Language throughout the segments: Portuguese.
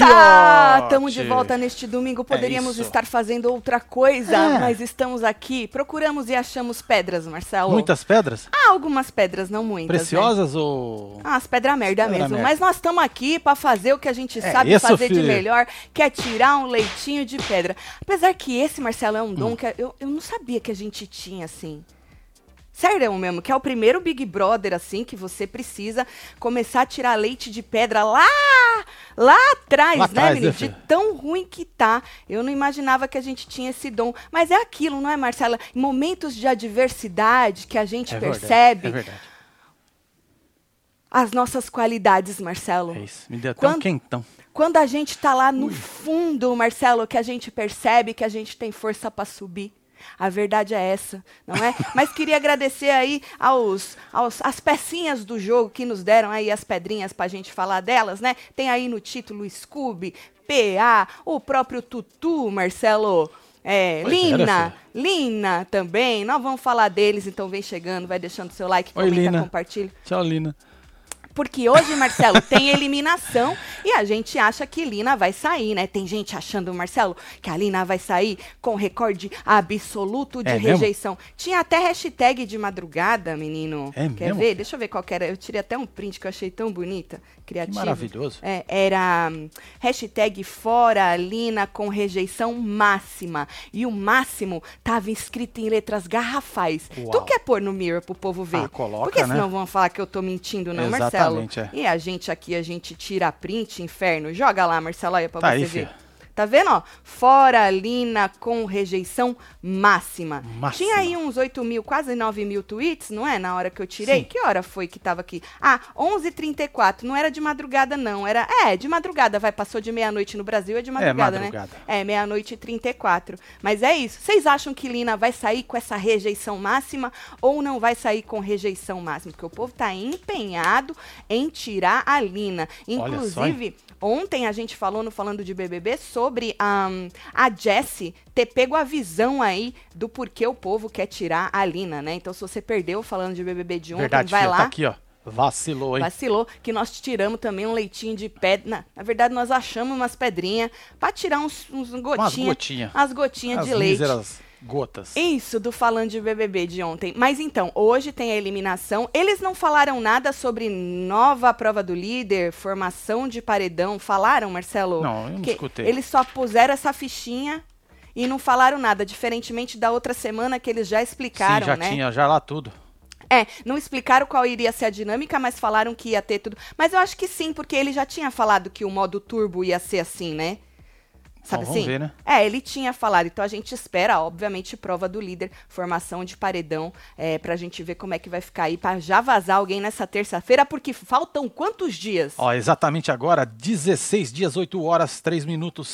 Estamos de volta neste domingo. Poderíamos estar fazendo outra coisa, mas estamos aqui. Procuramos e achamos pedras, Marcelo. Muitas pedras? Ah, algumas pedras, não muitas. Preciosas, né? Ou... Ah, as pedras merda mesmo. Merda. Mas nós estamos aqui para fazer o que a gente sabe fazer de melhor, que é tirar um leitinho de pedra. Apesar que esse, Marcelo, é um dom que eu não sabia que a gente tinha, assim. Sério mesmo, que é o primeiro Big Brother, assim, que você precisa começar a tirar leite de pedra lá atrás, né, menino? De tão ruim que tá. Eu não imaginava que a gente tinha esse dom. Mas é aquilo, não é, Marcela? Em momentos de adversidade que a gente percebe... É verdade. As nossas qualidades, Marcelo. É isso, me deu até um quentão. Quando a gente tá lá no fundo, Marcelo, que a gente percebe que a gente tem força para subir. A verdade é essa, não é? Mas queria agradecer aí às pecinhas do jogo que nos deram aí as pedrinhas pra gente falar delas, né? Tem aí no título Scooby, PA, o próprio Tutu, Marcelo, Lina também. Nós vamos falar deles, então vem chegando, vai deixando seu like, comenta, Lina. Compartilha. Tchau, Lina. Porque hoje, Marcelo, tem eliminação e a gente acha que Lina vai sair, né? Tem gente achando, Marcelo, que a Lina vai sair com recorde absoluto de rejeição. Mesmo? Tinha até hashtag de madrugada, menino. Quer mesmo? ver? Deixa eu ver qual que era. Eu tirei até um print que eu achei tão bonita, criativo. Que maravilhoso. Era hashtag fora Lina com rejeição máxima. E o máximo tava escrito em letras garrafais. Uau. Tu quer pôr no mirror pro povo ver? Ah, coloca, porque senão né? vão falar que eu tô mentindo, não, Exatamente, Marcelo? é. E a gente aqui, a gente tira print, inferno. Joga lá, Marcelo, aí pra você aí, ver. filho. Tá vendo, ó? Fora Lina com rejeição máxima. Tinha aí uns 8 mil, quase 9 mil tweets, não é? Na hora que eu tirei. Sim. Que hora foi que tava aqui? Ah, 11h34. Não era de madrugada, não. Era, de madrugada. Passou de meia-noite no Brasil, é de madrugada, né? Meia-noite e 34. Mas é isso. Vocês acham que Lina vai sair com essa rejeição máxima ou não vai sair com rejeição máxima? Porque o povo tá empenhado em tirar a Lina. Inclusive... Ontem a gente falando de BBB sobre a Jessie ter pego a visão aí do porquê o povo quer tirar a Lina, né? Então, se você perdeu falando de BBB de ontem, vai lá. Tá aqui, ó. Vacilou, hein? Vacilou, que nós tiramos também um leitinho de pedra. Na verdade, nós achamos umas pedrinhas pra tirar uns gotinhas. Umas gotinhas de leite. Gotas. Isso, do falando de BBB de ontem. Mas então, hoje tem a eliminação. Eles não falaram nada sobre nova prova do líder, formação de paredão. Falaram, Marcelo? Não, eu não escutei. Eles só puseram essa fichinha e não falaram nada, diferentemente da outra semana que eles já explicaram, Sim, já né? tinha, já lá tudo. Não explicaram qual iria ser a dinâmica, mas falaram que ia ter tudo. Mas eu acho que sim, porque ele já tinha falado que o modo turbo ia ser assim, né? Sabe assim? Vamos ver, né? Ele tinha falado. Então a gente espera, obviamente, prova do líder, formação de paredão, pra gente ver como é que vai ficar aí, pra já vazar alguém nessa terça-feira, porque faltam quantos dias? Ó, exatamente agora, 16 dias, 8 horas, 3 minutos,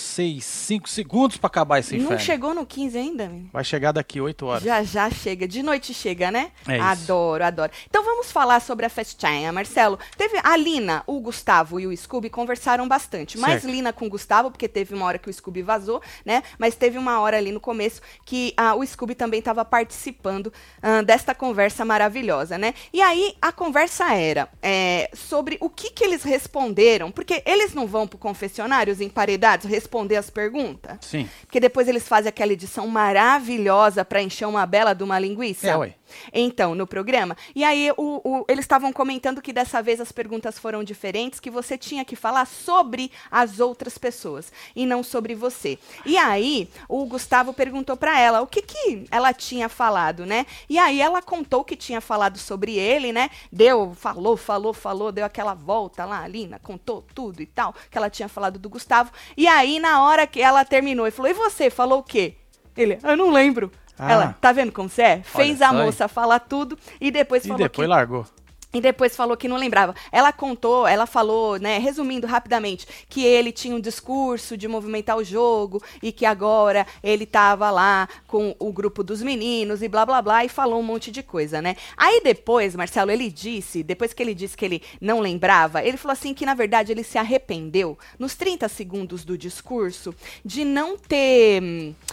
5 segundos pra acabar esse inferno. Não chegou no 15 ainda, menino? Vai chegar daqui 8 horas. Já chega. De noite chega, né? É isso. Adoro. Então vamos falar sobre a festinha, Marcelo. Teve a Lina, o Gustavo e o Scooby conversaram bastante. Mais Lina com o Gustavo, porque teve uma hora que o Scooby vazou, né? Mas teve uma hora ali no começo que o Scooby também estava participando desta conversa maravilhosa, né? E aí a conversa era sobre o que eles responderam, porque eles não vão pro confessionário, os emparedados, responder as perguntas? Sim. Porque depois eles fazem aquela edição maravilhosa para encher uma bela de uma linguiça. Ué. Então, no programa. E aí, eles estavam comentando que dessa vez as perguntas foram diferentes, que você tinha que falar sobre as outras pessoas e não sobre você. E aí, o Gustavo perguntou para ela o que ela tinha falado, né? E aí, ela contou o que tinha falado sobre ele, né? Falou, deu aquela volta lá, Lina, contou tudo e tal, que ela tinha falado do Gustavo. E aí, na hora que ela terminou, ele falou, e você, falou o quê? Ele, eu não lembro. Ela, tá vendo como você é? Fez a moça falar tudo e depois falou largou. E depois falou que não lembrava. Ela falou, né, resumindo rapidamente, que ele tinha um discurso de movimentar o jogo e que agora ele tava lá com o grupo dos meninos e blá, blá, blá, e falou um monte de coisa, né? Aí depois, Marcelo, depois que ele disse que ele não lembrava, ele falou assim que, na verdade, ele se arrependeu, nos 30 segundos do discurso, de não ter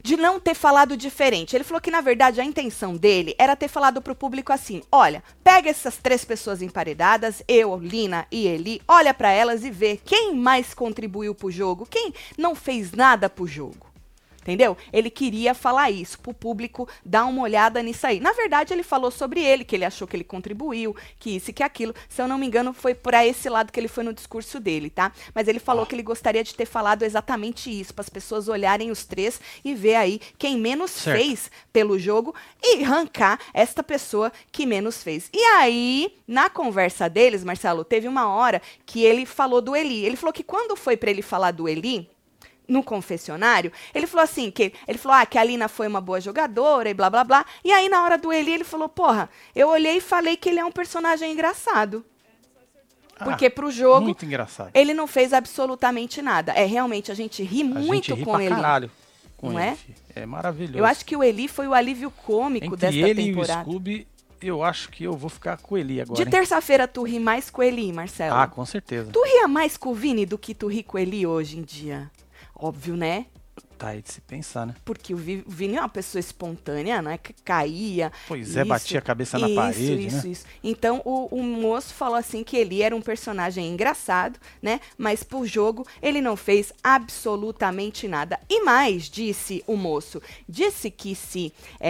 de não ter falado diferente. Ele falou que, na verdade, a intenção dele era ter falado pro público assim, olha, pega essas 3 pessoas emparedadas, eu, Lina e Eli, olha para elas e vê quem mais contribuiu pro jogo, quem não fez nada pro jogo. Entendeu? Ele queria falar isso pro público dar uma olhada nisso aí. Na verdade, ele falou sobre ele, que ele achou que ele contribuiu, que isso e que aquilo. Se eu não me engano, foi para esse lado que ele foi no discurso dele, tá? Mas ele falou que ele gostaria de ter falado exatamente isso, para as pessoas olharem os 3 e ver aí quem menos fez pelo jogo e arrancar esta pessoa que menos fez. E aí, na conversa deles, Marcelo, teve uma hora que ele falou do Eli. Ele falou que quando foi para ele falar do Eli, no confessionário, ele falou assim, que a Lina foi uma boa jogadora e blá, blá, blá. E aí, na hora do Eli, ele falou, porra, eu olhei e falei que ele é um personagem engraçado. Porque pro jogo, muito engraçado. Ele não fez absolutamente nada. Realmente, a gente ri muito com ele. Caralho com não ele. É maravilhoso. Eu acho que o Eli foi o alívio cômico desta temporada. Entre ele e o Scooby, eu acho que eu vou ficar com o Eli agora. De terça-feira, tu ri mais com o Eli, Marcelo? Ah, com certeza. Tu ria mais com o Vini do que tu ri com o Eli hoje em dia? Óbvio, né? Tá aí de se pensar, né? Porque o Vini é uma pessoa espontânea, né? Que caía. Pois é, batia a cabeça na parede, né? Isso. Então, o moço falou assim que ele era um personagem engraçado, né? Mas pro jogo, ele não fez absolutamente nada. E mais, disse o moço, disse que se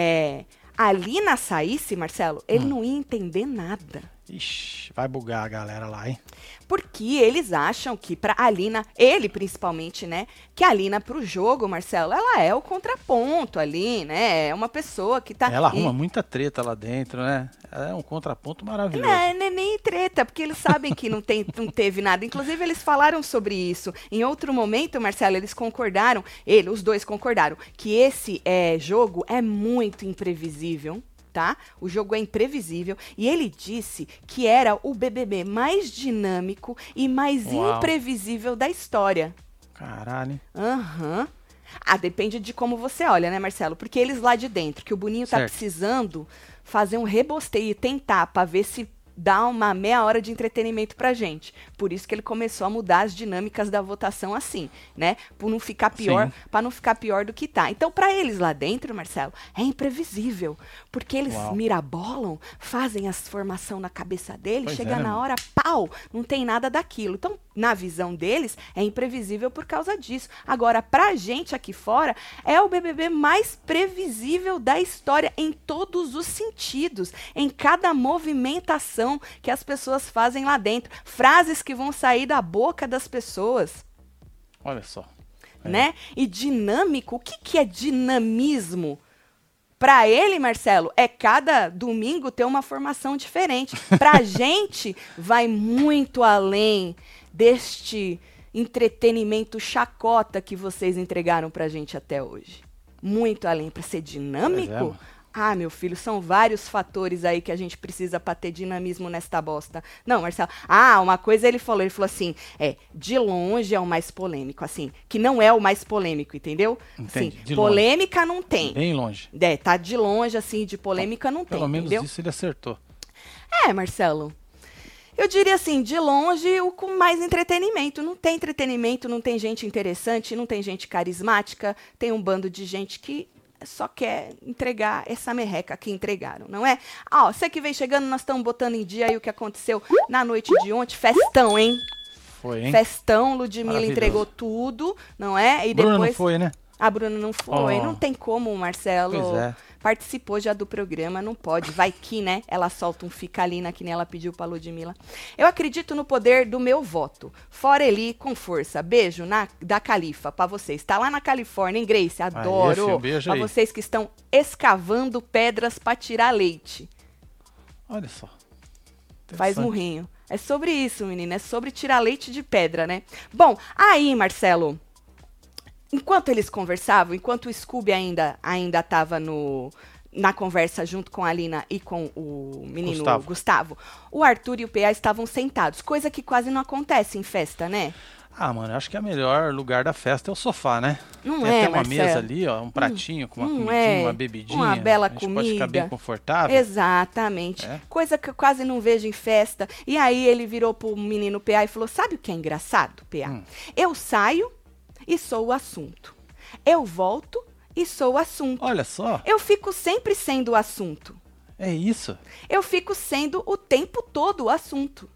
a Lina saísse, Marcelo, ele não ia entender nada. Ixi, vai bugar a galera lá, hein? Porque eles acham que pra a Lina, ele principalmente, né? Que a Lina pro jogo, Marcelo, ela é o contraponto ali, né? É uma pessoa que tá... Ela arruma muita treta lá dentro, né? Ela é um contraponto maravilhoso. Não é nem treta, porque eles sabem que não teve nada. Inclusive, eles falaram sobre isso. Em outro momento, Marcelo, eles concordaram, os dois concordaram, que esse jogo é muito imprevisível. Tá? O jogo é imprevisível e ele disse que era o BBB mais dinâmico e mais imprevisível da história. Caralho. Aham. Depende de como você olha, né, Marcelo? Porque eles lá de dentro, que o Boninho tá precisando fazer um rebosteio e tentar pra ver se dá uma meia hora de entretenimento pra gente. Por isso que ele começou a mudar as dinâmicas da votação assim, né? Para não ficar pior do que tá. Então, para eles lá dentro, Marcelo, é imprevisível, porque eles mirabolam, fazem as formação na cabeça deles, chega na hora, pau, não tem nada daquilo. Então, na visão deles, é imprevisível por causa disso. Agora, pra gente aqui fora, é o BBB mais previsível da história em todos os sentidos, em cada movimentação que as pessoas fazem lá dentro, frases que vão sair da boca das pessoas. Olha só. Né? E dinâmico, o que é dinamismo? Para ele, Marcelo, é cada domingo ter uma formação diferente. Pra gente, vai muito além deste entretenimento chacota que vocês entregaram pra gente até hoje. Muito além. Para ser dinâmico... meu filho, são vários fatores aí que a gente precisa para ter dinamismo nesta bosta. Não, Marcelo. Uma coisa ele falou assim, de longe é o mais polêmico, assim, que não é o mais polêmico, entendeu? Entendi, assim, polêmica longe. Não tem. Bem longe. Tá de longe, assim, de polêmica não tem, pelo menos entendeu? Isso ele acertou. Marcelo. Eu diria assim, de longe, o com mais entretenimento. Não tem entretenimento, não tem gente interessante, não tem gente carismática, tem um bando de gente que só quer entregar essa merreca que entregaram, não é? Você que vem chegando, nós estamos botando em dia aí o que aconteceu na noite de ontem. Festão, hein? Foi, hein? Festão, Ludmilla entregou tudo, não é? E Bruna depois... não foi, né? A Bruna não foi, não tem como o Marcelo participou já do programa, não pode. Vai que, né? Ela solta um ficalina que nem ela pediu pra Ludmilla. Eu acredito no poder do meu voto. Fora Eli, com força. Beijo da Califa pra vocês. Tá lá na Califórnia, hein, Grace? Adoro. Beijo pra vocês que estão escavando pedras pra tirar leite. Olha só. Faz murrinho. É sobre isso, menina. É sobre tirar leite de pedra, né? Bom, aí, Marcelo... Enquanto eles conversavam, enquanto o Scooby ainda estava na conversa junto com a Lina e com o menino Gustavo, o Arthur e o PA estavam sentados, coisa que quase não acontece em festa, né? Mano, eu acho que o melhor lugar da festa é o sofá, né? Não Tem até uma Marcelo. mesa ali, um pratinho com uma comidinha, uma bebidinha. Uma bela comida. comida. Pode ficar bem confortável. Exatamente. Coisa que eu quase não vejo em festa. E aí ele virou pro menino PA e falou, sabe o que é engraçado, PA? Eu saio e sou o assunto. Eu volto e sou o assunto. Olha só. Eu fico sempre sendo o assunto. É isso. Eu fico sendo o tempo todo o assunto.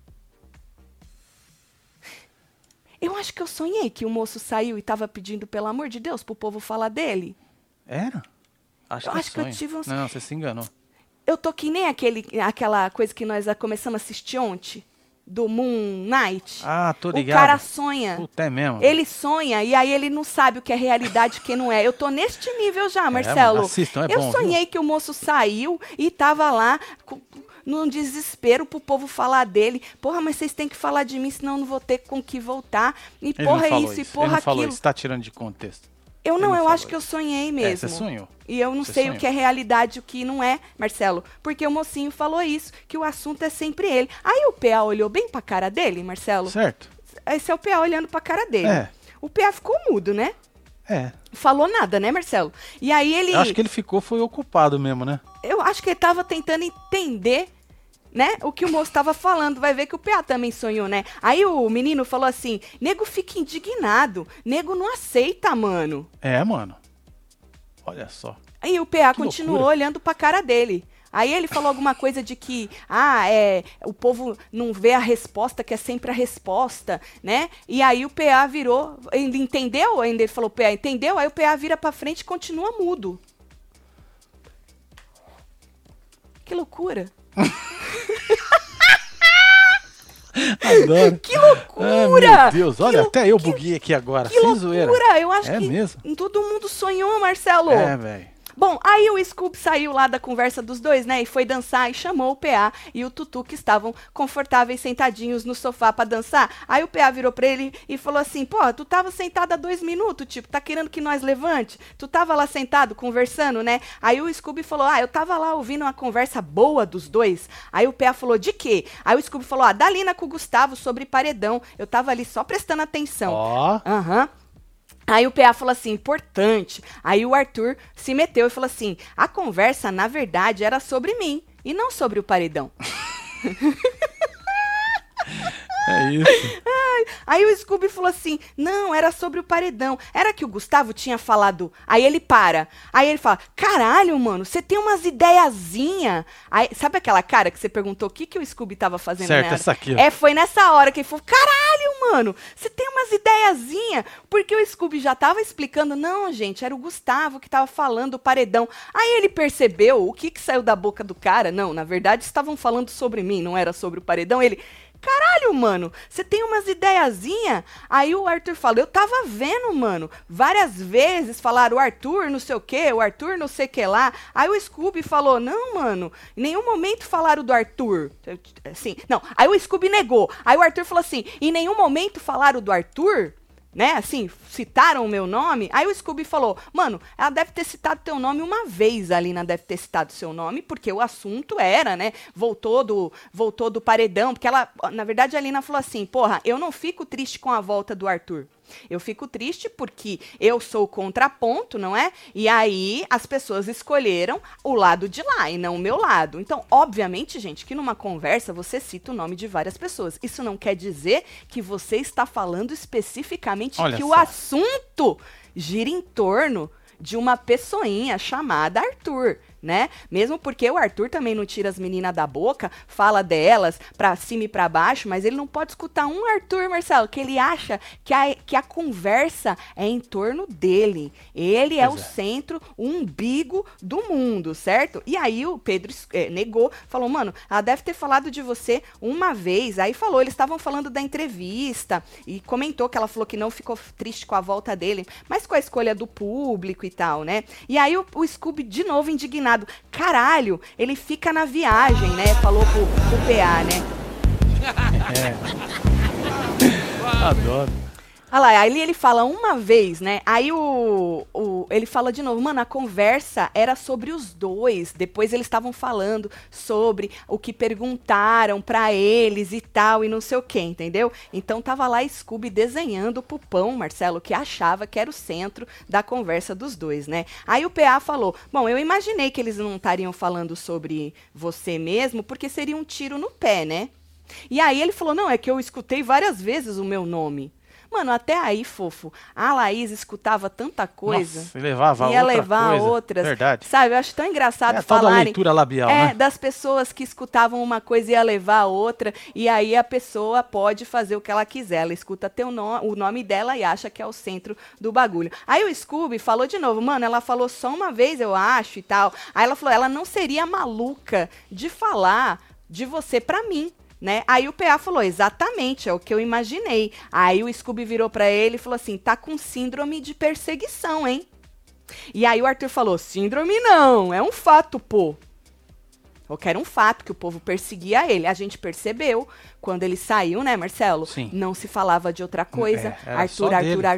Eu acho que eu sonhei que o moço saiu e estava pedindo, pelo amor de Deus, pro povo falar dele. Era? Eu acho que eu tive um... Não, você se enganou. Eu tô que nem aquela coisa que nós começamos a assistir ontem, do Moon Knight. Ah, tô ligado. O cara sonha. Puta, é mesmo. Ele sonha e aí ele não sabe o que é realidade e o que não é. Eu tô neste nível já, Marcelo. Assistam, é eu bom, sonhei viu? Que o moço saiu e tava lá num desespero pro povo falar dele. Porra, mas vocês têm que falar de mim, senão eu não vou ter com que voltar. E Ele porra, não isso, falou e porra, ele não aquilo. falou isso, tá tirando de contexto. Eu acho que eu sonhei mesmo. Você sonhou. E eu não sei o que é realidade e o que não é, Marcelo. Porque o mocinho falou isso, que o assunto é sempre ele. Aí o PA olhou bem pra cara dele, Marcelo. Certo. Esse é o PA olhando pra cara dele. É. O PA ficou mudo, né? É. Falou nada, né, Marcelo? E aí ele... Eu acho que ele foi ocupado mesmo, né? Eu acho que ele tava tentando entender, né, o que o moço tava falando. Vai ver que o PA também sonhou, né? Aí o menino falou assim, nego fica indignado, nego não aceita, mano. É, mano. Olha só. Aí o PA Que continuou loucura. olhando pra cara dele. Aí ele falou alguma coisa de que, o povo não vê a resposta, que é sempre a resposta, né? E aí o PA virou, ele entendeu? Ainda ele falou, PA, entendeu? Aí o PA vira pra frente e continua mudo. Que loucura. Adoro. Que loucura! Ai, meu Deus, olha, até eu buguei aqui agora. Que Sem loucura! zoeira. Eu acho É que mesmo? todo mundo sonhou, Marcelo. É, velho. Bom, aí o Scooby saiu lá da conversa dos dois, né? E foi dançar e chamou o PA e o Tutu, que estavam confortáveis sentadinhos no sofá pra dançar. Aí o PA virou pra ele e falou assim, pô, tu tava sentado há 2 minutos, tipo, tá querendo que nós levante? Tu tava lá sentado, conversando, né? Aí o Scooby falou, eu tava lá ouvindo uma conversa boa dos dois. Aí o PA falou, de quê? Aí o Scooby falou, da Lina com o Gustavo sobre paredão. Eu tava ali só prestando atenção. Ó. Aham. Aí o PA falou assim, importante. Aí o Arthur se meteu e falou assim, a conversa, na verdade, era sobre mim e não sobre o paredão. É isso. Aí o Scooby falou assim, não, era sobre o paredão. Era que o Gustavo tinha falado. Aí ele para. Aí ele fala, caralho, mano, você tem umas ideiazinha. Aí, sabe aquela cara que você perguntou o que o Scooby tava fazendo Certo, nela? essa aqui, ó. Foi nessa hora que ele falou, caralho, mano, você tem umas ideiazinha. Porque o Scooby já tava explicando, não, gente, era o Gustavo que tava falando do paredão. Aí ele percebeu o que saiu da boca do cara. Não, na verdade estavam falando sobre mim, não era sobre o paredão. Ele... Caralho, mano, você tem umas ideiazinha? Aí o Arthur falou, eu tava vendo, mano, várias vezes falaram o Arthur não sei o que, o Arthur não sei o que lá. Aí o Scooby falou, não, mano, em nenhum momento falaram do Arthur. Assim, não, aí o Scooby negou. Aí o Arthur falou assim, em nenhum momento falaram do Arthur? Né, assim, citaram o meu nome. Aí o Scooby falou, mano, ela deve ter citado teu nome uma vez, a Lina deve ter citado seu nome, porque o assunto era, né, voltou do paredão, porque ela, na verdade a Lina falou assim, porra, eu não fico triste com a volta do Arthur. Eu fico triste porque eu sou o contraponto, não é? E aí as pessoas escolheram o lado de lá e não o meu lado. Então, obviamente, gente, que numa conversa você cita o nome de várias pessoas. Isso não quer dizer que você está falando especificamente Olha que só. o assunto gira em torno de uma pessoinha chamada Arthur, né? Mesmo porque o Arthur também não tira as meninas da boca, fala delas pra cima e pra baixo, mas ele não pode escutar um Arthur, Marcelo, que ele acha que a conversa é em torno dele. Ele é o centro, o umbigo do mundo, certo? E aí o Pedro negou, falou, mano, ela deve ter falado de você uma vez. Aí falou, eles estavam falando da entrevista e comentou que ela falou que não ficou triste com a volta dele, mas com a escolha do público e tal, né? E aí o Scooby de novo indignado. Caralho, ele fica na viagem, né? Falou pro PA, né? Adoro. Olha lá, aí ele fala uma vez, né? Aí ele fala de novo, mano, a conversa era sobre os dois. Depois eles estavam falando sobre o que perguntaram pra eles e tal, e não sei o que, entendeu? Então tava lá Scooby desenhando o Pupão, Marcelo, que achava que era o centro da conversa dos dois, né? Aí o PA falou, bom, eu imaginei que eles não estariam falando sobre você mesmo, porque seria um tiro no pé, né? E aí ele falou, não, é que eu escutei várias vezes o meu nome. Mano, até aí, fofo, a Laís escutava tanta coisa. Nossa, levava ia outra levar coisa. outras. Verdade. Sabe, eu acho tão engraçado Toda a falarem leitura labial, né? das pessoas que escutavam uma coisa e ia levar a outra, e aí a pessoa pode fazer o que ela quiser. Ela escuta até o nome dela e acha que é o centro do bagulho. Aí o Scooby falou de novo, mano, ela falou só uma vez, eu acho, e tal. Aí ela falou, ela não seria maluca de falar de você pra mim. Né? Aí o PA falou, exatamente, é o que eu imaginei. Aí o Scooby virou pra ele e falou assim, tá com síndrome de perseguição, hein? E aí o Arthur falou, síndrome não, é um fato, pô. Eu quero um fato, que o povo perseguia ele. A gente percebeu, quando ele saiu, né, Marcelo? Sim. Não se falava de outra coisa. Arthur.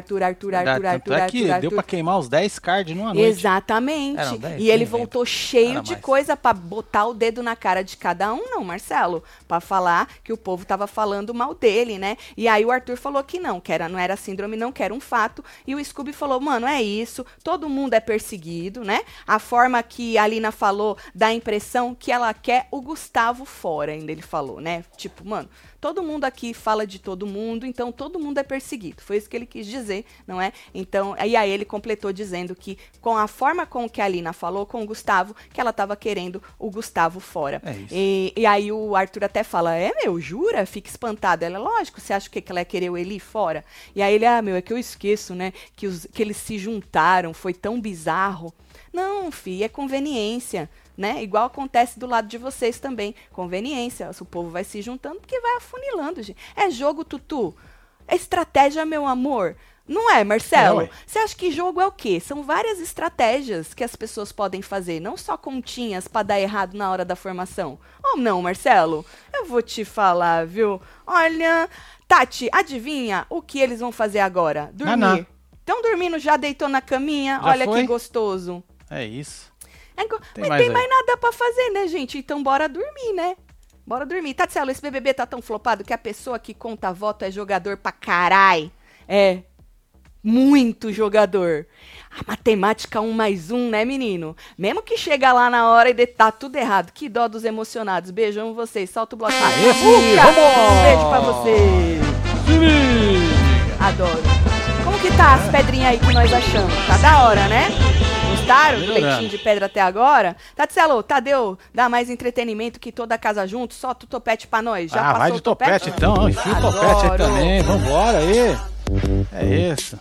Deu pra queimar os 10 cards numa noite. Exatamente. 10, e ele voltou cheio de mais. coisa pra botar o dedo na cara de cada um, não, Marcelo? Pra falar que o povo tava falando mal dele, né? E aí o Arthur falou que não era síndrome, não, que era um fato. E o Scooby falou, mano, é isso, todo mundo é perseguido, né? A forma que a Lina falou dá a impressão que ela quer o Gustavo fora, ainda ele falou, né? Tipo, mano, todo mundo aqui fala de todo mundo, então todo mundo é perseguido. Foi isso que ele quis dizer, não é? Então, aí ele completou dizendo que com a forma com que a Lina falou com o Gustavo, que ela tava querendo o Gustavo fora. É isso. E aí o Arthur até fala, jura? Fica espantado. Ela, lógico, você acha que ela ia querer o Eli fora? E aí ele, é que eu esqueço, né? Que eles se juntaram, foi tão bizarro. Não, fi, é conveniência. Né? Igual acontece do lado de vocês também. Conveniência. O povo vai se juntando porque vai afunilando, gente. É jogo, Tutu. É estratégia, meu amor. Não é, Marcelo? Você acha que jogo é o quê? São várias estratégias que as pessoas podem fazer, não só continhas para dar errado na hora da formação. Ou não, Marcelo? Eu vou te falar, viu? Olha, Tati, adivinha o que eles vão fazer agora? Dormir. Estão dormindo, já deitou na caminha? Já olha foi? Que gostoso. É isso. Mas tem mais nada pra fazer, né, gente? Então bora dormir, né? Bora dormir. Tatselo, esse BBB tá tão flopado que a pessoa que conta voto é jogador pra carai. É. Muito jogador. A matemática 1 mais 1, né, menino? Mesmo que chega lá na hora e tá tudo errado. Que dó dos emocionados. Beijão vocês. Solta o bloquinho. Um beijo pra vocês. Adoro. Como que tá as pedrinhas aí que nós achamos? Tá da hora, né? Gostaram do leitinho de pedra até agora? Tatselo, Tadeu, dá mais entretenimento que toda a casa junto? Solta o topete pra nós. Já passou vai de o topete? Então. Enfia o topete aí também. Vambora aí. É isso.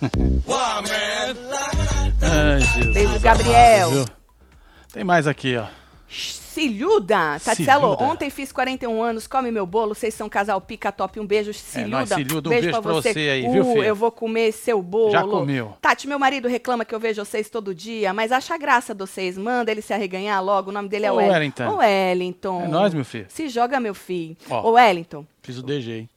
Ai, Jesus. Beijo, Gabriel. Viu? Tem mais aqui, ó. Cilhuda. Tatselo, ontem fiz 41 anos, come meu bolo, vocês são casal pica top, um beijo. Cilhuda, Cilhuda, um beijo pra você aí, viu, filho? Eu vou comer seu bolo. Já comeu. Tati, meu marido reclama que eu vejo vocês todo dia, mas acha graça de vocês, manda ele se arreganhar logo, o nome dele é Wellington. Ô, Wellington. É nóis, meu filho. Se joga, meu filho. Ó, ô, Wellington. Fiz o DG, hein?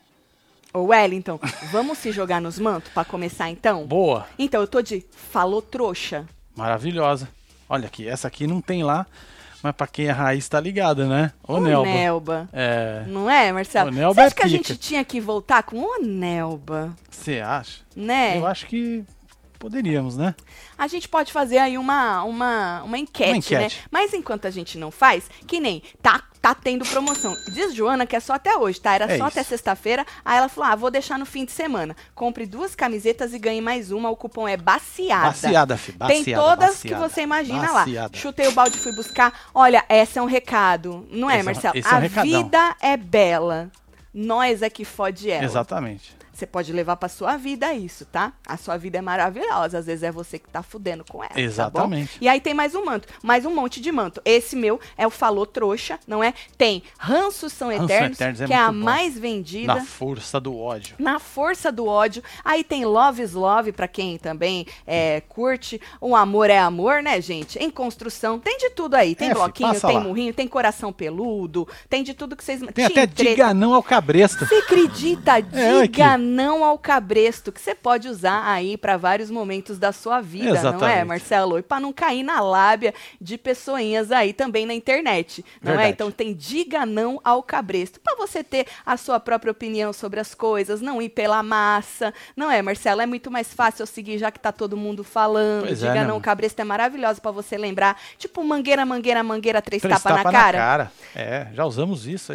Ô, Wellington, vamos se jogar nos mantos pra começar, então? Boa. Então, eu tô de falou trouxa. Maravilhosa. Olha aqui, essa aqui não tem lá, mas pra quem é raiz tá ligada, né? Ô, Nelba. Nelba. É. Não é, Marcelo? Nelba Você acha que a pica. gente tinha que voltar com o Nelba? Você acha? Né? Eu acho que poderíamos, né? A gente pode fazer aí uma enquete, né? Mas enquanto a gente não faz, que nem tá tendo promoção. Diz Joana que é só até hoje, tá? Era só até sexta-feira. Aí ela falou, vou deixar no fim de semana. Compre 2 camisetas e ganhe mais uma. O cupom é Baciada. Baciada, filho. Baciada, tem todas baciada, que você imagina baciada. Lá. Chutei o balde e fui buscar. Olha, esse é um recado. Não é, Marcelo? Esse é um a recadão. vida é bela. Nós é que fode ela. Exatamente. Você pode levar pra sua vida isso, tá? A sua vida é maravilhosa. Às vezes é você que tá fudendo com ela. Exatamente. Tá bom? E aí tem mais um manto, mais um monte de manto. Esse meu é o Falou Trouxa, não é? Tem Ranços São Eternos, que é a mais vendida. Na força do ódio. Na força do ódio. Aí tem Love is Love, pra quem também curte. O amor é amor, né, gente? Em construção. Tem de tudo aí. Tem bloquinho, tem murrinho, tem coração peludo. Tem de tudo que vocês... Tem até diga não ao cabresto. Você acredita? Diga não ao cabresto, que você pode usar aí para vários momentos da sua vida, exatamente. Não é, Marcelo? E para não cair na lábia de pessoinhas aí também na internet, não Verdade. É? Então tem diga não ao cabresto, para você ter a sua própria opinião sobre as coisas, não ir pela massa, não é, Marcelo? É muito mais fácil eu seguir já que tá todo mundo falando. Pois diga não ao cabresto é maravilhoso para você lembrar, tipo mangueira, 3 tapas na cara. Já usamos isso aí.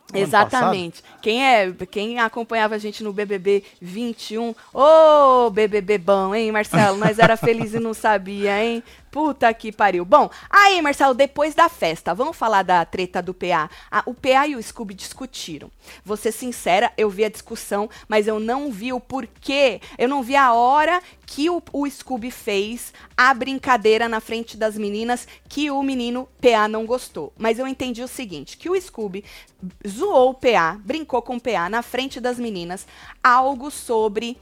Exatamente. Quem acompanhava a gente no BBB 21, ô BBB bom, hein, Marcelo? Nós era feliz e não sabia, hein? Puta que pariu. Bom, aí, Marcelo, depois da festa, vamos falar da treta do PA. O PA e o Scooby discutiram. Vou ser sincera, eu vi a discussão, mas eu não vi o porquê. Eu não vi a hora que o Scooby fez a brincadeira na frente das meninas que o menino PA não gostou. Mas eu entendi o seguinte, que o Scooby zoou o PA, brincou com o PA na frente das meninas, algo sobre...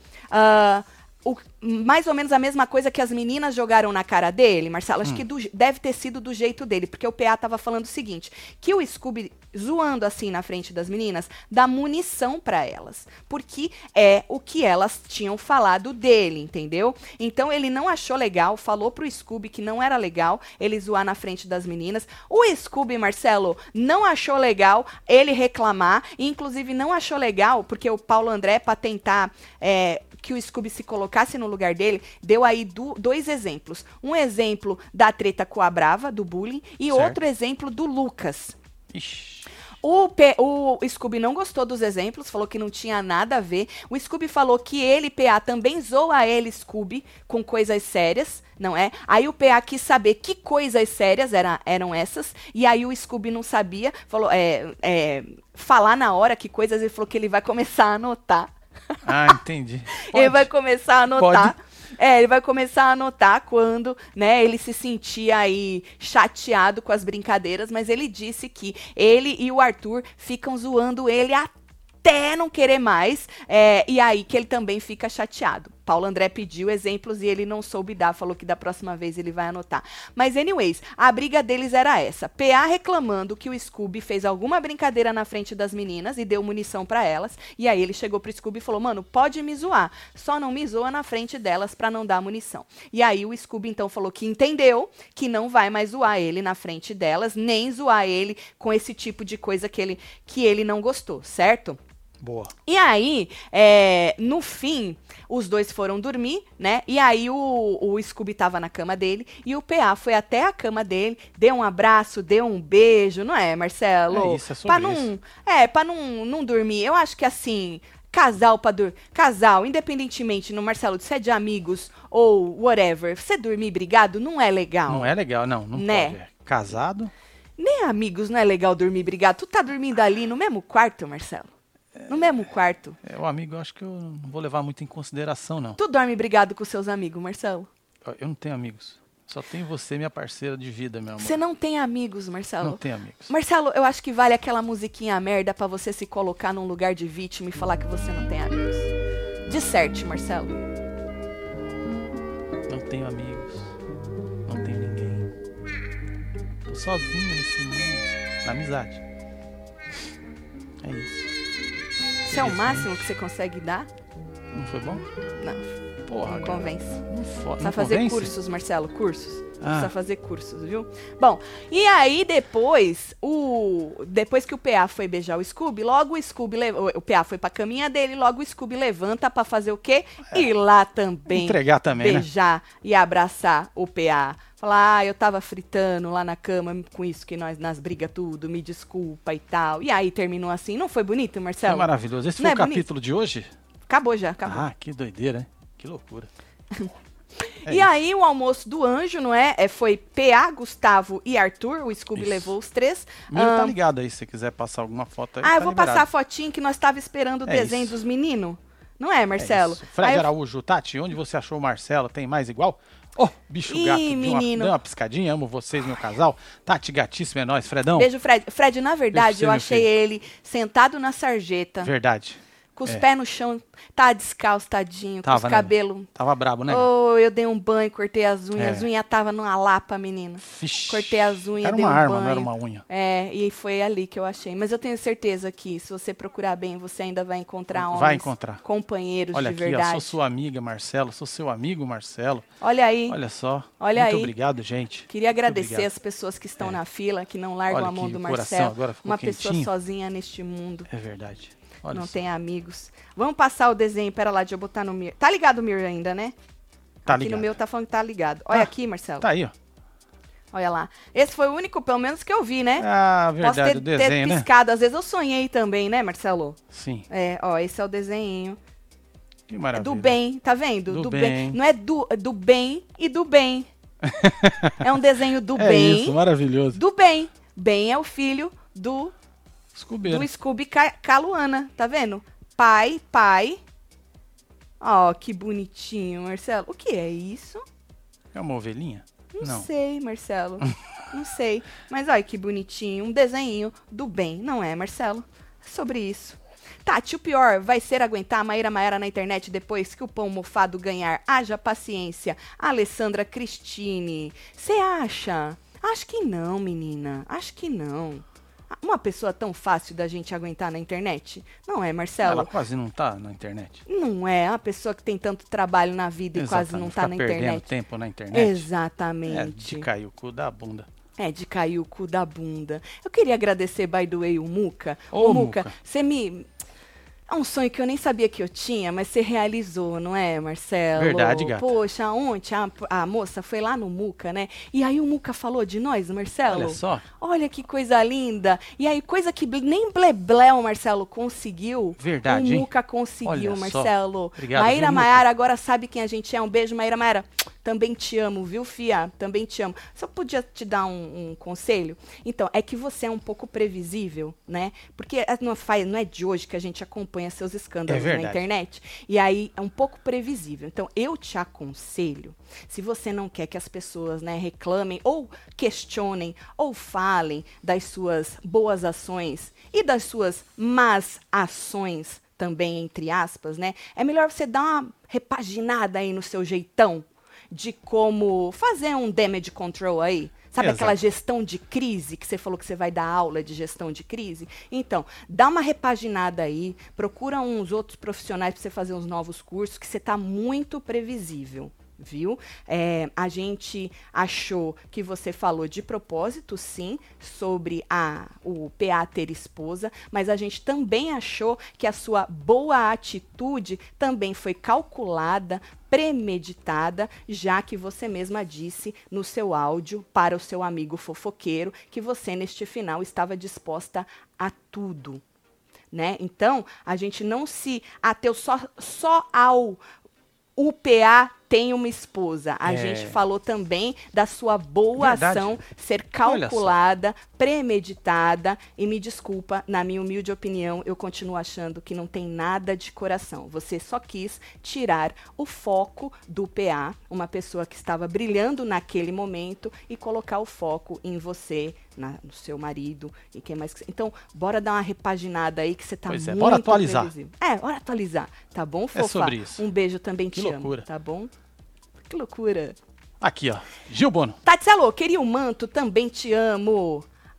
mais ou menos a mesma coisa que as meninas jogaram na cara dele, Marcelo, acho que deve ter sido do jeito dele, porque o PA tava falando o seguinte, que o Scooby, zoando assim na frente das meninas, dá munição pra elas, porque é o que elas tinham falado dele, entendeu? Então ele não achou legal, falou pro Scooby que não era legal ele zoar na frente das meninas. O Scooby, Marcelo, não achou legal ele reclamar, e inclusive não achou legal, porque o Paulo André, pra tentar que o Scooby se colocasse no lugar dele, deu aí dois exemplos. Um exemplo da treta com a Brava, do bullying, e certo. Outro exemplo do Lucas. Ixi. O Scooby não gostou dos exemplos, falou que não tinha nada a ver. O Scooby falou que ele, PA, também zoa ele, Scooby, com coisas sérias, não é? Aí o PA quis saber que coisas sérias eram essas, e aí o Scooby não sabia, falou, falar na hora que coisas, ele falou que ele vai começar a anotar. Ah, entendi. Ele vai começar a anotar. Ele vai começar a anotar quando, né, ele se sentia aí chateado com as brincadeiras, mas ele disse que ele e o Arthur ficam zoando ele até não querer mais, e aí que ele também fica chateado. Paulo André pediu exemplos e ele não soube dar, falou que da próxima vez ele vai anotar. Mas, anyways, a briga deles era essa. PA reclamando que o Scooby fez alguma brincadeira na frente das meninas e deu munição pra elas. E aí ele chegou pro Scooby e falou, mano, pode me zoar, só não me zoa na frente delas pra não dar munição. E aí o Scooby então falou que entendeu que não vai mais zoar ele na frente delas, nem zoar ele com esse tipo de coisa que ele não gostou, certo? Boa. E aí, no fim, os dois foram dormir, né? E aí o Scooby tava na cama dele e o PA foi até a cama dele, deu um abraço, deu um beijo, não é, Marcelo? É isso, é sobre isso. Pra não dormir. Eu acho que assim, casal, independentemente, no Marcelo, se é de amigos ou whatever, você dormir brigado não é legal. Não é legal, não né? Pode. Casado? Nem amigos não é legal dormir brigado. Tu tá dormindo ali no mesmo quarto, Marcelo? No mesmo quarto. O amigo, eu acho que eu não vou levar muito em consideração, não. Tu dorme brigado com seus amigos, Marcelo? Eu não tenho amigos. Só tenho você, minha parceira de vida, meu amor. Você não tem amigos, Marcelo? Não tenho amigos. Marcelo, eu acho que vale aquela musiquinha merda pra você se colocar num lugar de vítima e falar que você não tem amigos. Disserte, Marcelo. Não tenho amigos. Não tenho ninguém. Tô sozinho nesse mundo. Na amizade. É isso. Isso é o máximo que você consegue dar? Não foi bom? Não. Porra, não convence. Precisa fazer cursos, Marcelo, cursos. Precisa fazer cursos, viu? Bom, e aí depois que o PA foi beijar o Scooby, logo o Scooby o PA foi pra caminha dele, logo o Scooby levanta pra fazer o quê? Ir lá também. Entregar também, beijar, né? E abraçar o PA. Falar, eu tava fritando lá na cama com isso que nós nas brigas tudo, me desculpa e tal. E aí terminou assim. Não foi bonito, Marcelo? Foi maravilhoso. Esse foi o capítulo de hoje? Acabou já, acabou. Ah, que doideira, hein? Que loucura. E aí o almoço do anjo, não é? Foi PA, Gustavo e Arthur. O Scooby levou os três. Miro tá ligado aí, se você quiser passar alguma foto aí. Eu vou passar a fotinho que nós tava esperando o desenho dos meninos. Não é, Marcelo? Fred Araújo, Tati, onde você achou o Marcelo? Tem mais igual? Bicho gato, deu uma piscadinha, amo vocês, meu casal. Tati, gatíssimo, é nóis, Fredão. Beijo, Fred. Fred, na verdade, eu achei ele sentado na sarjeta. Verdade. Com os pés no chão, tá descalço, tadinho, com os cabelos. Né? Tava brabo, né? Eu dei um banho, cortei as unhas. As unhas tava numa lapa, menino. Vixe. Cortei as unhas, era dei uma um arma, banho. não era uma unha. E foi ali que eu achei. Mas eu tenho certeza que, se você procurar bem, você ainda vai encontrar homens, companheiros de verdade. Olha aqui, sou sua amiga, Marcelo, sou seu amigo, Marcelo. Olha aí. Olha só. Muito obrigado, gente. Queria agradecer as pessoas que estão na fila, que não largam a mão do Marcelo. Uma pessoa sozinha neste mundo. É verdade. Não tem amigos. Vamos passar o desenho, pera lá, deixa eu botar no Mir. Tá ligado o Mir ainda, né? Tá aqui ligado. No meu tá falando que tá ligado. Olha aqui, Marcelo. Tá aí, ó. Olha lá. Esse foi o único, pelo menos, que eu vi, né? Ah, verdade, Posso o desenho, ter piscado. Às vezes eu sonhei também, né, Marcelo? Sim. Esse é o desenho. Que maravilha. Do bem, tá vendo? Do bem. Não é do bem e do bem. É um desenho do bem. É isso, maravilhoso. Do bem. Bem é o filho do Scooby Caluana, tá vendo? Pai. Ó, que bonitinho, Marcelo. O que é isso? É uma ovelhinha? Não sei, Marcelo. Não sei. Mas olha que bonitinho. Um desenho do bem. Não é, Marcelo? É sobre isso. Tati, o pior vai ser aguentar a Maíra Maiara na internet depois que o pão mofado ganhar. Haja paciência. Alessandra Cristine. Você acha? Acho que não, menina. Acho que não. Uma pessoa tão fácil da gente aguentar na internet? Não é, Marcelo? Ela quase não tá na internet. Não é. Uma pessoa que tem tanto trabalho na vida e quase não tá na internet. Perdendo tempo na internet. Exatamente. É de cair o cu da bunda. É de cair o cu da bunda. Eu queria agradecer, by the way, o Muca. Ô, Muca, você me... É um sonho que eu nem sabia que eu tinha, mas você realizou, não é, Marcelo? Verdade, gata. Poxa, ontem a moça foi lá no Muca, né? E aí o Muca falou de nós, Marcelo. Olha só. Olha que coisa linda. E aí, coisa que nem Bleblé o Marcelo conseguiu. Verdade, o Muca conseguiu, olha Marcelo. Só. Obrigado, Maíra viu, Maiara agora sabe quem a gente é. Um beijo, Maíra Maiara. Também te amo, viu, fia? Também te amo. Só podia te dar um conselho? Então, é que você é um pouco previsível, né? Porque não é de hoje que a gente acompanha seus escândalos na internet. E aí, é um pouco previsível. Então, eu te aconselho, se você não quer que as pessoas, né, reclamem ou questionem ou falem das suas boas ações e das suas más ações também, entre aspas, né? É melhor você dar uma repaginada aí no seu jeitão de como fazer um damage control aí. Sabe aquela gestão de crise que você falou que você vai dar aula de gestão de crise? Então, dá uma repaginada aí, procura uns outros profissionais para você fazer uns novos cursos, que você está muito previsível. Viu? A gente achou que você falou de propósito, sim, sobre o PA ter esposa, mas a gente também achou que a sua boa atitude também foi calculada, premeditada, já que você mesma disse no seu áudio para o seu amigo fofoqueiro que você, neste final, estava disposta a tudo. Né? Então, a gente não se ateu só ao PA tem uma esposa. A gente falou também da sua boa ação ser calculada, premeditada, e me desculpa, na minha humilde opinião, eu continuo achando que não tem nada de coração. Você só quis tirar o foco do PA, uma pessoa que estava brilhando naquele momento, e colocar o foco em você, no seu marido e quem mais. Então, bora dar uma repaginada aí que você tá muito bora atualizar. previsível. Bora atualizar, tá bom, fofa? É sobre isso. Um beijo, também que te loucura. amo, tá bom? Que loucura. Aqui, ó, Gil Bono. Tatselo, queria um manto, também te amo.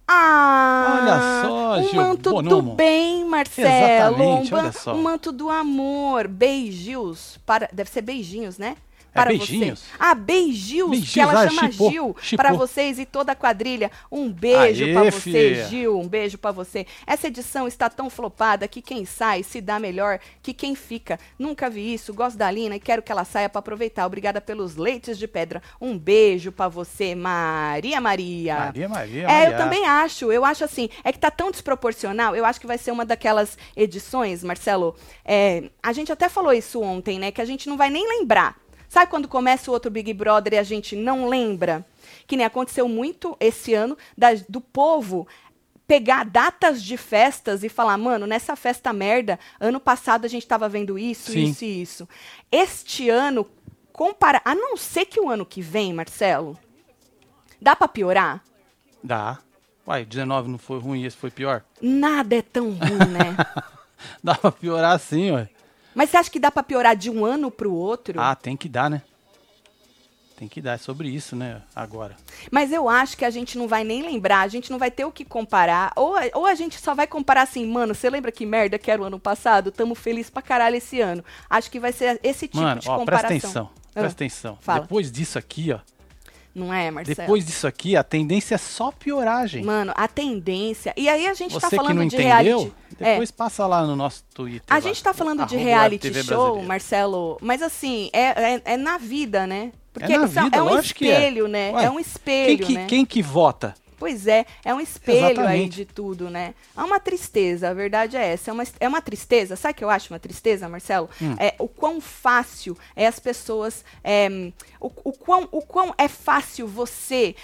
Olha só, Gil manto Bonomo. do bem, Marcelo. Exatamente, olha só. Um manto do amor. Beijos. Deve ser beijinhos, né? Para beijinhos? Você. Beijos, que ela chama chipou, Gil, chipou. para vocês e toda a quadrilha. Um beijo para você, filha. Gil, um beijo para você. Essa edição está tão flopada que quem sai se dá melhor que quem fica. Nunca vi isso, gosto da Lina e quero que ela saia para aproveitar. Obrigada pelos leites de pedra. Um beijo para você, Maria. Maria. Eu também acho, eu acho assim, é que tá tão desproporcional, eu acho que vai ser uma daquelas edições, Marcelo, a gente até falou isso ontem, né, que a gente não vai nem lembrar. Sabe quando começa o outro Big Brother e a gente não lembra? Que nem aconteceu muito esse ano do povo pegar datas de festas e falar, mano, nessa festa merda, ano passado a gente tava vendo isso, Sim. isso e isso. Este ano, a não ser que o ano que vem, Marcelo, dá pra piorar? Dá. Uai, 19 não foi ruim, esse foi pior? Nada é tão ruim, né? Dá pra piorar sim, ué. Mas você acha que dá pra piorar de um ano pro outro? Tem que dar, né? Tem que dar, é sobre isso, né, agora. Mas eu acho que a gente não vai nem lembrar, a gente não vai ter o que comparar, ou a gente só vai comparar assim, mano, você lembra que merda que era o ano passado? Tamo feliz pra caralho esse ano. Acho que vai ser esse tipo de comparação. Presta atenção. Fala. Depois disso aqui, ó. Não é, Marcelo? Depois disso aqui, a tendência é só piorar, gente. Mano, a tendência... E aí a gente tá falando que não de entendeu, reality... depois passa lá no nosso Twitter. A gente tá falando de reality show, Marcelo, mas assim, é na vida, né? Porque é um espelho, né? Ué, é um espelho, né? Quem que vota? Pois é um espelho Exatamente. aí de tudo, né? É uma tristeza, a verdade é essa. É uma tristeza, sabe o que eu acho uma tristeza, Marcelo? É o quão fácil é as pessoas... o quão é fácil você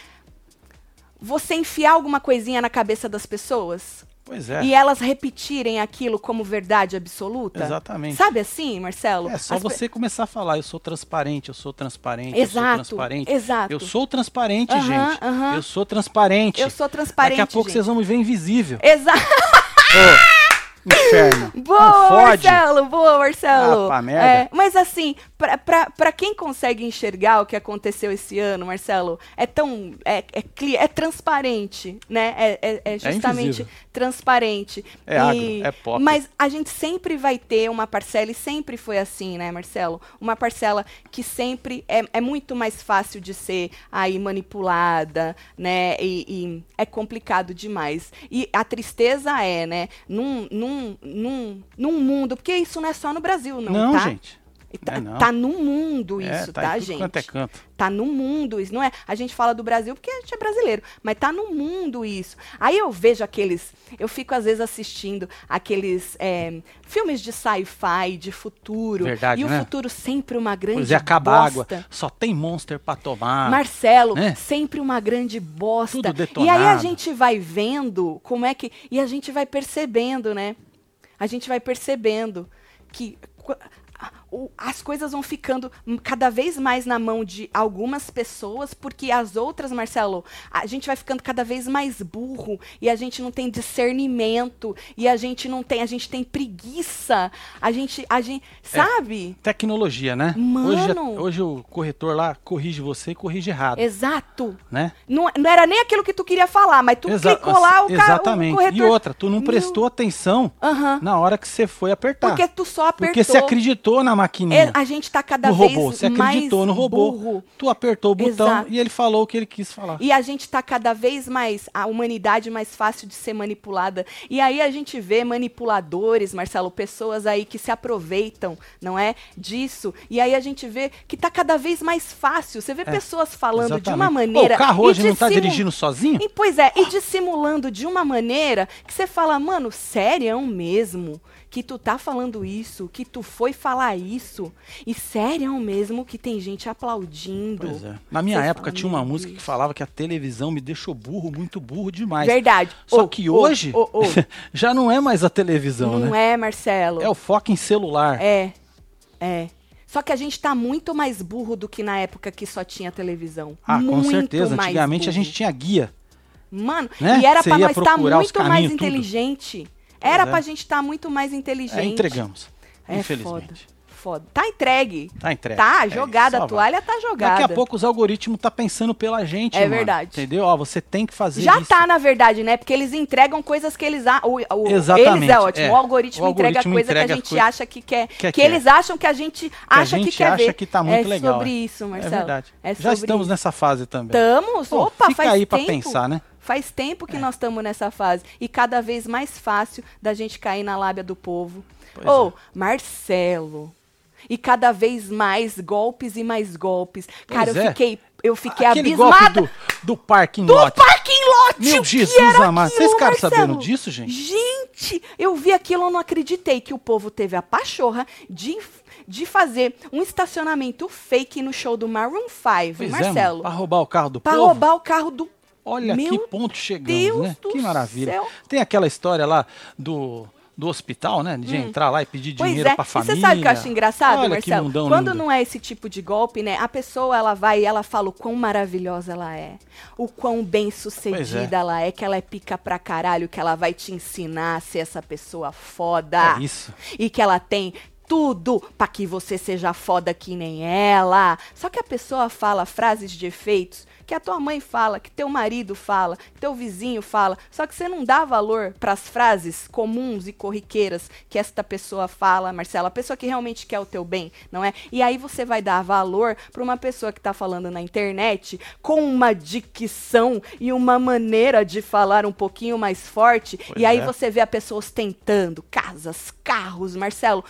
enfiar alguma coisinha na cabeça das pessoas... Pois é. E elas repetirem aquilo como verdade absoluta? Exatamente. Sabe assim, Marcelo? É só você começar a falar, eu sou transparente, eu sou transparente, exato, eu sou transparente. Exato. Eu sou transparente, gente. Eu sou transparente. Eu sou transparente, Daqui a pouco vocês vão me ver invisível. Exato. Inferno. Boa, Marcelo, boa, Marcelo. Ah, pá, merda. Mas assim, pra quem consegue enxergar o que aconteceu esse ano, Marcelo, é tão... É transparente, né? É justamente transparente. Agro, é pop. Mas a gente sempre vai ter uma parcela, e sempre foi assim, né, Marcelo? Uma parcela que sempre é muito mais fácil de ser aí manipulada, né? E é complicado demais. E a tristeza né? Num mundo, porque isso não é só no Brasil, não, tá? Gente. Tá no mundo isso, tá, gente? Quanto é canto. Tá no mundo isso, não é? A gente fala do Brasil porque a gente é brasileiro, mas tá no mundo isso. Aí eu vejo eu fico às vezes assistindo aqueles filmes de sci-fi, de futuro. Verdade, e né? O futuro sempre uma grande bosta. Acaba a água, só tem monster pra tomar. Marcelo, sempre uma grande bosta. Tudo detonado. E aí a gente vai vendo como é que... E a gente vai percebendo, né? A gente vai percebendo que... as coisas vão ficando cada vez mais na mão de algumas pessoas, porque as outras, Marcelo, a gente vai ficando cada vez mais burro, e a gente não tem discernimento, e a gente tem preguiça, a gente sabe? Tecnologia, né? Mano. Hoje o corretor lá corrige você e corrige errado. Exato. Né? Não era nem aquilo que tu queria falar, mas tu clicou lá, exatamente. O corretor... E outra, tu não prestou atenção na hora que você foi apertar. Porque tu só apertou. Porque você acreditou na maquininha. A gente tá cada no vez robô. Você mais acreditou no robô. burro. Tu apertou o botão Exato. E ele falou o que ele quis falar. E a gente tá cada vez mais, a humanidade mais fácil de ser manipulada. E aí a gente vê manipuladores, Marcelo, pessoas aí que se aproveitam, não é, disso. E aí a gente vê que tá cada vez mais fácil. Você vê pessoas falando de uma maneira... O carro hoje não tá dirigindo sozinho? E dissimulando de uma maneira que você fala, mano, sério mesmo? Que tu tá falando isso, que tu foi falar isso, e sério mesmo que tem gente aplaudindo. Pois é. Na minha época tinha uma música que falava que a televisão me deixou burro, muito burro demais. Verdade. Só que hoje já não é mais a televisão, né? Não é, Marcelo. É o foco em celular. É. Só que a gente tá muito mais burro do que na época que só tinha televisão. Com certeza. Mais Antigamente burro. a gente tinha guia. Mano, né? E era Você pra ia nós estar muito caminhos, mais tudo. inteligente. Era pra gente estar muito mais inteligente. Entregamos. Infelizmente. Foda. Tá entregue. Tá entregue. Tá jogada, a toalha tá jogada. Daqui a pouco os algoritmos tá pensando pela gente, mano. Verdade. Entendeu? Ó, você tem que fazer Já isso. tá, na verdade, né? Porque eles entregam coisas que eles... Exatamente. Eles é ótimo. O algoritmo entrega coisa que a gente acha que quer. Que eles acham que a gente acha que quer ver. A gente acha que tá muito legal. É sobre isso, Marcelo. É verdade. Já estamos nessa fase também. Estamos? Opa, fica faz aí tempo. pra pensar, né? Faz tempo que nós estamos nessa fase. E cada vez mais fácil da gente cair na lábia do povo. Marcelo... E cada vez mais golpes e mais golpes. Cara, eu fiquei aquele abismada. Golpe do parking lot. Do parking lot! Meu Jesus amado. Vocês ficaram sabendo disso, gente? Gente, eu vi aquilo, eu não acreditei que o povo teve a pachorra de fazer um estacionamento fake no show do Maroon 5, Marcelo. Pra roubar o carro do povo? Pra roubar o carro do... Olha que ponto chegamos, Deus né? do Que maravilha. céu. Tem aquela história lá do hospital, né? De entrar lá e pedir dinheiro pra família. E você sabe o que eu acho engraçado, Olha, Marcelo? Quando não é esse tipo de golpe, né? A pessoa, ela vai e ela fala o quão maravilhosa ela é. O quão bem-sucedida ela é, que ela é pica pra caralho, que ela vai te ensinar a ser essa pessoa foda. É isso. E que ela tem tudo pra que você seja foda que nem ela. Só que a pessoa fala frases de efeitos que a tua mãe fala, que teu marido fala, que teu vizinho fala, só que você não dá valor para as frases comuns e corriqueiras que esta pessoa fala, Marcela, a pessoa que realmente quer o teu bem, não é? E aí você vai dar valor para uma pessoa que tá falando na internet com uma dicção e uma maneira de falar um pouquinho mais forte, e aí você vê a pessoa ostentando casas, carros, Marcelo, muitas vezes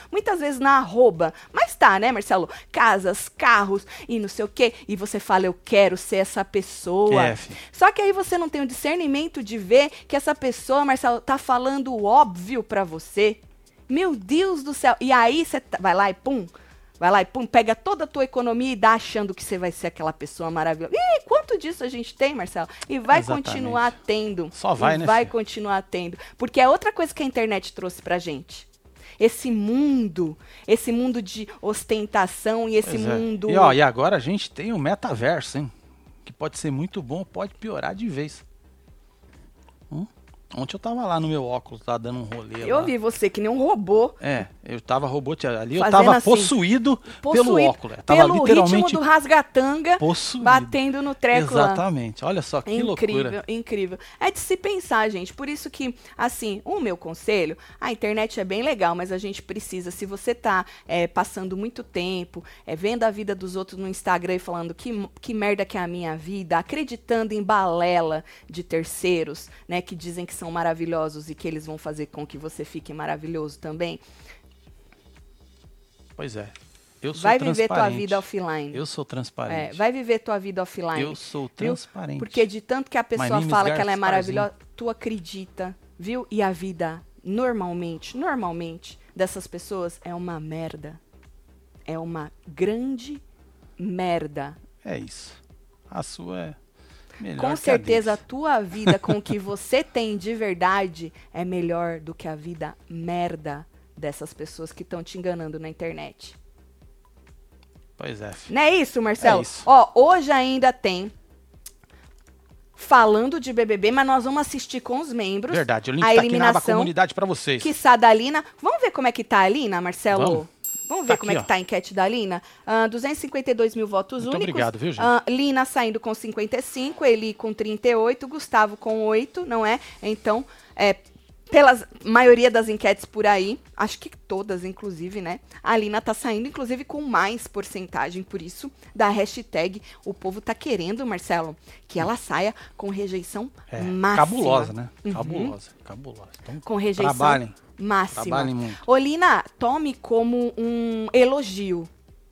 vezes na arroba. Mas tá, né, Marcelo? Casas, carros e não sei o quê. E você fala, eu quero ser essa pessoa. Só que aí você não tem o discernimento de ver que essa pessoa, Marcelo, tá falando o óbvio pra você. Meu Deus do céu. E aí você vai lá e pum, pega toda a tua economia e dá achando que você vai ser aquela pessoa maravilhosa. E quanto disso a gente tem, Marcelo? E vai continuar tendo. Só vai, né? Vai continuar tendo. Porque é outra coisa que a internet trouxe pra gente. Esse mundo de ostentação e esse mundo... E agora a gente tem o metaverso, hein? Que pode ser muito bom, pode piorar de vez. Ontem eu tava lá no meu óculos, tava dando um rolê lá. Eu vi você que nem um robô. Eu tava ali, eu tava assim, possuído pelo óculos. Eu tava pelo literalmente ritmo do rasgatanga, possuído. Batendo no treco lá. Exatamente, olha só que loucura. Incrível. É de se pensar, gente. Por isso que, assim, o meu conselho, a internet é bem legal, mas a gente precisa, se você tá passando muito tempo, vendo a vida dos outros no Instagram e falando que merda que é a minha vida, acreditando em balela de terceiros, né, que dizem que são maravilhosos e que eles vão fazer com que você fique maravilhoso também. Pois é. Eu sou vai viver tua vida offline. Eu sou transparente. Vai viver tua vida offline. Eu sou transparente. Viu? Porque de tanto que a pessoa fala que ela é maravilhosa, tu acredita, viu? E a vida, normalmente, dessas pessoas é uma merda. É uma grande merda. É isso. A sua é... melhor com certeza a tua vida com o que você tem de verdade é melhor do que a vida merda dessas pessoas que estão te enganando na internet. Pois é. Não é isso, Marcelo? É isso. Ó, hoje ainda tem falando de BBB, mas nós vamos assistir com os membros. Verdade, o link tá aqui na aba comunidade pra vocês. Quiçá da Lina. Vamos ver como é que tá a Lina, Marcelo? Vamos ver tá como aqui, é que tá a enquete da Lina. 252 mil votos Muito únicos. Obrigado, viu, gente? Lina saindo com 55, Eli com 38, Gustavo com 8, não é? Então, pela maioria das enquetes por aí, acho que todas, inclusive, né? A Lina tá saindo, inclusive, com mais porcentagem, por isso, da hashtag, o povo tá querendo, Marcelo, que ela saia com rejeição máxima. Cabulosa, né? Cabulosa. Então, com rejeição máxima. Trabalhem muito. Ô, Lina, tome como um elogio.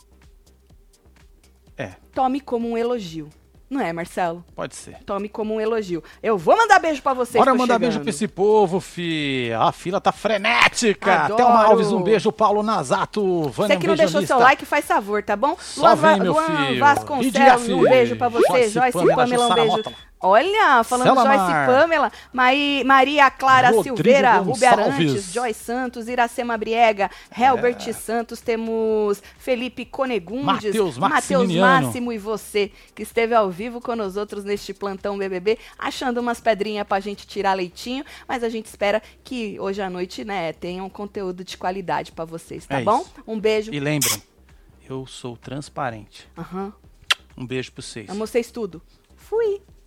Tome como um elogio. Não é, Marcelo? Pode ser. Tome como um elogio. Eu vou mandar beijo pra vocês. Bora mandar beijo pra esse povo, fi. A fila tá frenética. Thelma Alves, um beijo. Paulo Nazato. Vânia, você que não deixou seu like, faz favor, tá bom? Só vem, meu filho. Vasconcelos, um beijo pra você. Joyce Pamela, um beijo. Olha, falando de Joyce Pamela, Maria Clara Rodrigo Silveira, Rubi Gonçalves. Arantes, Joyce Santos, Iracema Briega, Helbert Santos, temos Felipe Conegundes, Matheus Máximo e você, que esteve ao vivo com nós outros neste plantão BBB, achando umas pedrinhas pra gente tirar leitinho, mas a gente espera que hoje à noite, né, tenha um conteúdo de qualidade pra vocês, tá bom? Isso. Um beijo. E lembrem, eu sou transparente. Um beijo pra vocês. Amo vocês tudo. Fui.